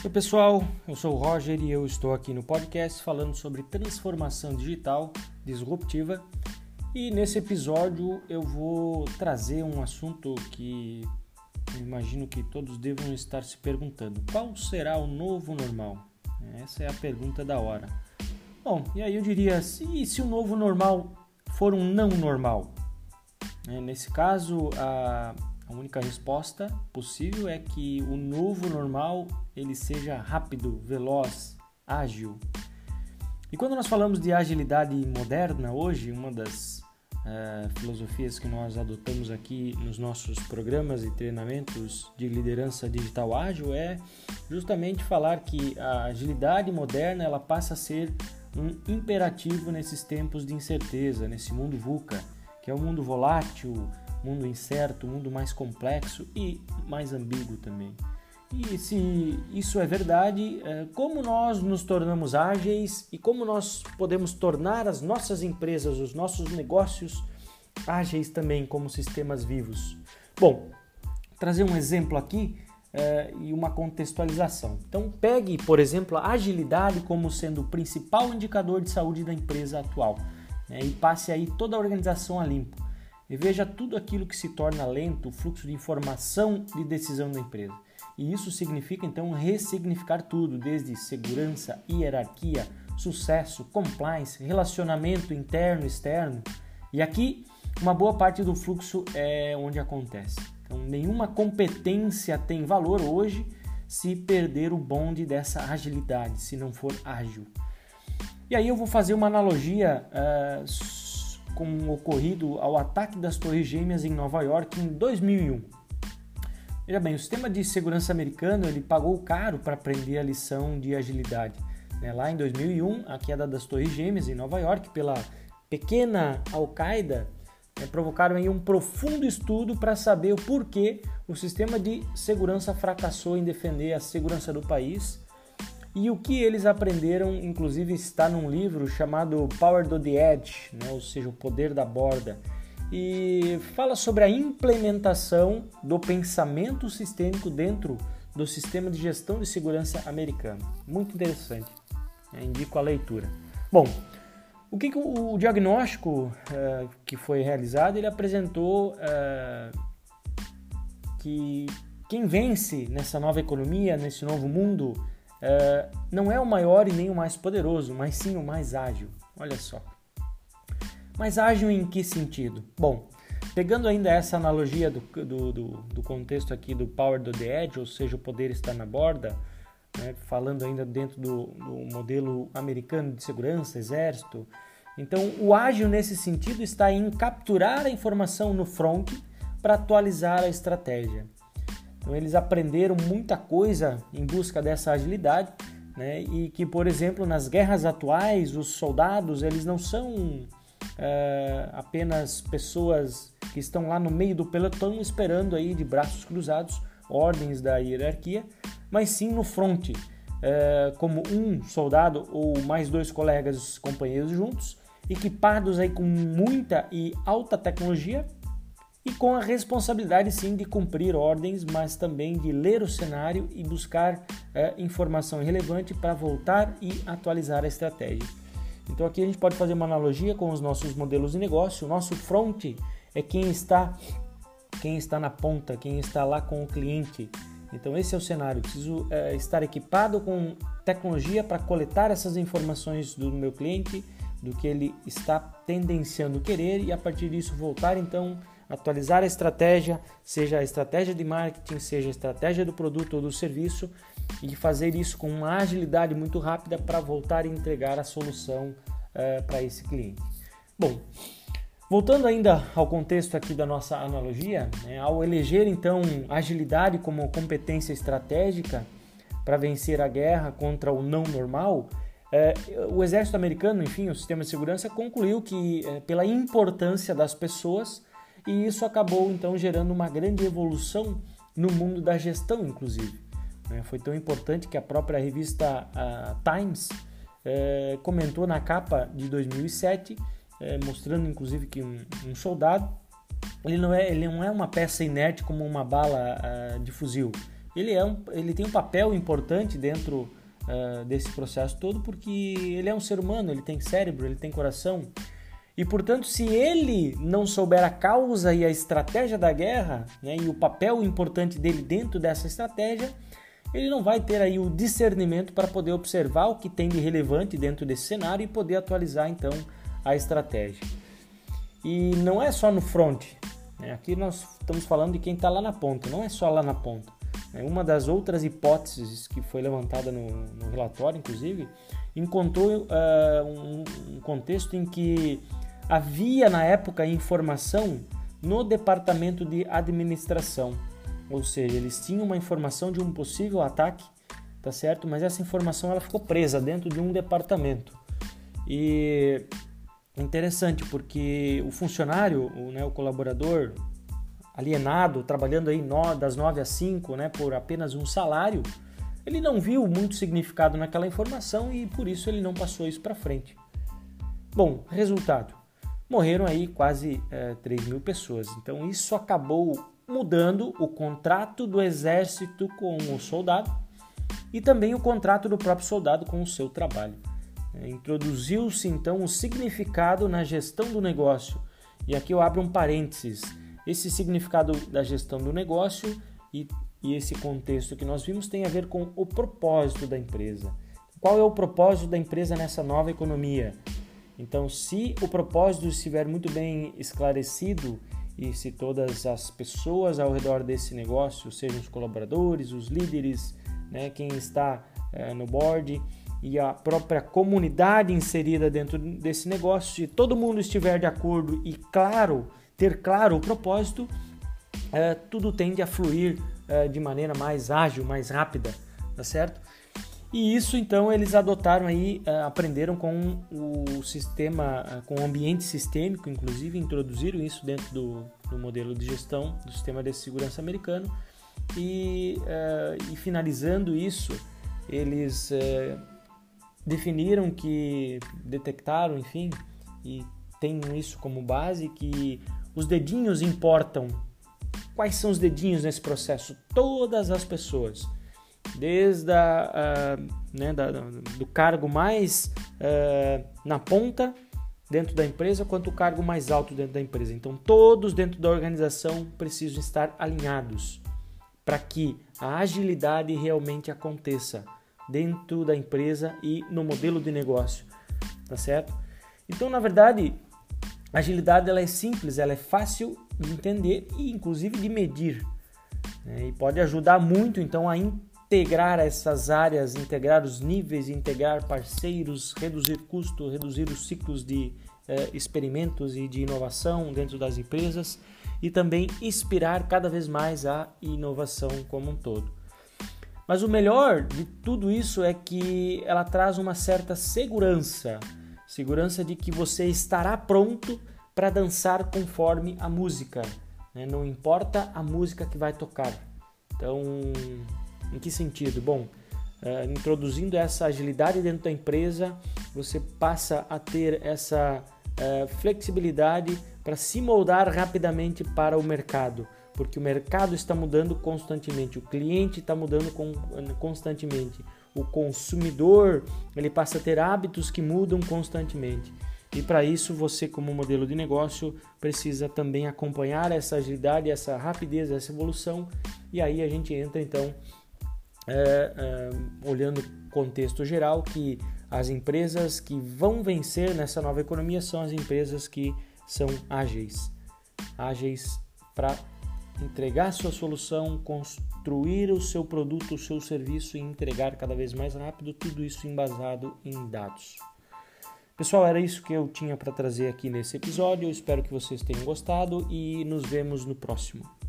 Oi pessoal, eu sou o Roger e eu estou aqui no podcast falando sobre transformação digital disruptiva e nesse episódio eu vou trazer um assunto que eu imagino que todos devam estar se perguntando: qual será o novo normal? Essa é a pergunta da hora. Bom, e aí eu diria, se o novo normal for um não normal? Nesse caso, a única resposta possível é que o novo normal ele seja rápido, veloz, ágil. E quando nós falamos de agilidade moderna hoje, uma das filosofias que nós adotamos aqui nos nossos programas e treinamentos de liderança digital ágil é justamente falar que a agilidade moderna ela passa a ser um imperativo nesses tempos de incerteza, nesse mundo VUCA, que é um mundo volátil, mundo incerto, mundo mais complexo e mais ambíguo também. E se isso é verdade, como nós nos tornamos ágeis e como nós podemos tornar as nossas empresas, os nossos negócios ágeis também como sistemas vivos? Bom, trazer um exemplo aqui e uma contextualização. Então pegue, por exemplo, a agilidade como sendo o principal indicador de saúde da empresa atual, e passe aí toda a organização a limpo. E veja tudo aquilo que se torna lento, o fluxo de informação de decisão da empresa. E isso significa, então, ressignificar tudo, desde segurança, hierarquia, sucesso, compliance, relacionamento interno e externo. E aqui, uma boa parte do fluxo é onde acontece. Então, nenhuma competência tem valor hoje se perder o bonde dessa agilidade, se não for ágil. E aí eu vou fazer uma analogia com o ocorrido ao ataque das Torres Gêmeas em Nova York em 2001. Veja bem, o sistema de segurança americano ele pagou caro para aprender a lição de agilidade. Lá em 2001, a queda das Torres Gêmeas em Nova York pela pequena Al-Qaeda provocaram aí um profundo estudo para saber o porquê o sistema de segurança fracassou em defender a segurança do país. E o que eles aprenderam, inclusive, está num livro chamado Power of the Edge, ou seja, o poder da borda. E fala sobre a implementação do pensamento sistêmico dentro do sistema de gestão de segurança americano. Muito interessante, indico a leitura. Bom, o diagnóstico que foi realizado, ele apresentou que quem vence nessa nova economia, nesse novo mundo, não é o maior e nem o mais poderoso, mas sim o mais ágil. Olha só. Mais ágil em que sentido? Bom, pegando ainda essa analogia do contexto aqui do Power of the Edge, ou seja, o poder está na borda, falando ainda dentro do modelo americano de segurança, exército. Então, o ágil nesse sentido está em capturar a informação no front para atualizar a estratégia. Então, eles aprenderam muita coisa em busca dessa agilidade, e que, por exemplo, nas guerras atuais, os soldados eles não são apenas pessoas que estão lá no meio do pelotão esperando aí de braços cruzados ordens da hierarquia, mas sim no front, como um soldado ou mais dois colegas companheiros juntos, equipados aí com muita e alta tecnologia, e com a responsabilidade sim de cumprir ordens, mas também de ler o cenário e buscar informação relevante para voltar e atualizar a estratégia. Então aqui a gente pode fazer uma analogia com os nossos modelos de negócio. O nosso front é quem está na ponta, quem está lá com o cliente. Então esse é o cenário. Preciso estar equipado com tecnologia para coletar essas informações do meu cliente, do que ele está tendenciando querer, e a partir disso voltar então atualizar a estratégia, seja a estratégia de marketing, seja a estratégia do produto ou do serviço, e fazer isso com uma agilidade muito rápida para voltar e entregar a solução para esse cliente. Bom, voltando ainda ao contexto aqui da nossa analogia, ao eleger então agilidade como competência estratégica para vencer a guerra contra o não normal, o exército americano, enfim, o sistema de segurança concluiu que pela importância das pessoas, e isso acabou então gerando uma grande evolução no mundo da gestão, inclusive. Foi tão importante que a própria revista Times comentou na capa de 2007, mostrando inclusive que um soldado ele não é uma peça inerte como uma bala de fuzil. ele tem um papel importante dentro desse processo todo, porque ele é um ser humano, ele tem cérebro, ele tem coração. E, portanto, se ele não souber a causa e a estratégia da guerra, né, e o papel importante dele dentro dessa estratégia, ele não vai ter aí o discernimento para poder observar o que tem de relevante dentro desse cenário e poder atualizar, então, a estratégia. E não é só no front, né? Aqui nós estamos falando de quem está lá na ponta, não é só lá na ponta. Uma das outras hipóteses que foi levantada no relatório, inclusive, encontrou um contexto em que havia, na época, informação no departamento de administração. Ou seja, eles tinham uma informação de um possível ataque, tá certo? Mas essa informação ela ficou presa dentro de um departamento. E é interessante porque o funcionário, o colaborador alienado, trabalhando aí das 9 às 5, né, por apenas um salário, ele não viu muito significado naquela informação e por isso ele não passou isso para frente. Bom, resultado, morreram aí quase 3 mil pessoas. Então isso acabou mudando o contrato do exército com o soldado e também o contrato do próprio soldado com o seu trabalho. Introduziu-se então o significado na gestão do negócio. E aqui eu abro um parênteses. Esse significado da gestão do negócio e esse contexto que nós vimos tem a ver com o propósito da empresa. Qual é o propósito da empresa nessa nova economia? Então, se o propósito estiver muito bem esclarecido e se todas as pessoas ao redor desse negócio, sejam os colaboradores, os líderes, né, quem está no board e a própria comunidade inserida dentro desse negócio, se todo mundo estiver de acordo e ter claro o propósito, tudo tende a fluir de maneira mais ágil, mais rápida, tá certo? E isso, então, eles adotaram aí, aprenderam com o sistema, com o ambiente sistêmico, inclusive introduziram isso dentro do modelo de gestão do sistema de segurança americano e finalizando isso, eles definiram detectaram, enfim, e tem isso como base, que os dedinhos importam. Quais são os dedinhos nesse processo? Todas as pessoas, desde do cargo mais na ponta dentro da empresa, quanto o cargo mais alto dentro da empresa. Então, todos dentro da organização precisam estar alinhados para que a agilidade realmente aconteça dentro da empresa e no modelo de negócio, tá certo? Então, na verdade, a agilidade ela é simples, ela é fácil de entender e, inclusive, de medir, né? E pode ajudar muito, então, a integrar essas áreas, integrar os níveis, integrar parceiros, reduzir custo, reduzir os ciclos de experimentos e de inovação dentro das empresas e também inspirar cada vez mais a inovação como um todo. Mas o melhor de tudo isso é que ela traz uma certa segurança de que você estará pronto para dançar conforme a música, né? Não importa a música que vai tocar. Então, em que sentido? Bom, introduzindo essa agilidade dentro da empresa, você passa a ter essa flexibilidade para se moldar rapidamente para o mercado, porque o mercado está mudando constantemente, o cliente está mudando constantemente, o consumidor ele passa a ter hábitos que mudam constantemente. E para isso você, como modelo de negócio, precisa também acompanhar essa agilidade, essa rapidez, essa evolução. E aí a gente entra então olhando o contexto geral, que as empresas que vão vencer nessa nova economia são as empresas que são ágeis para entregar sua solução, construir o seu produto, o seu serviço e entregar cada vez mais rápido, tudo isso embasado em dados. Pessoal, era isso que eu tinha para trazer aqui nesse episódio. Eu espero que vocês tenham gostado e nos vemos no próximo.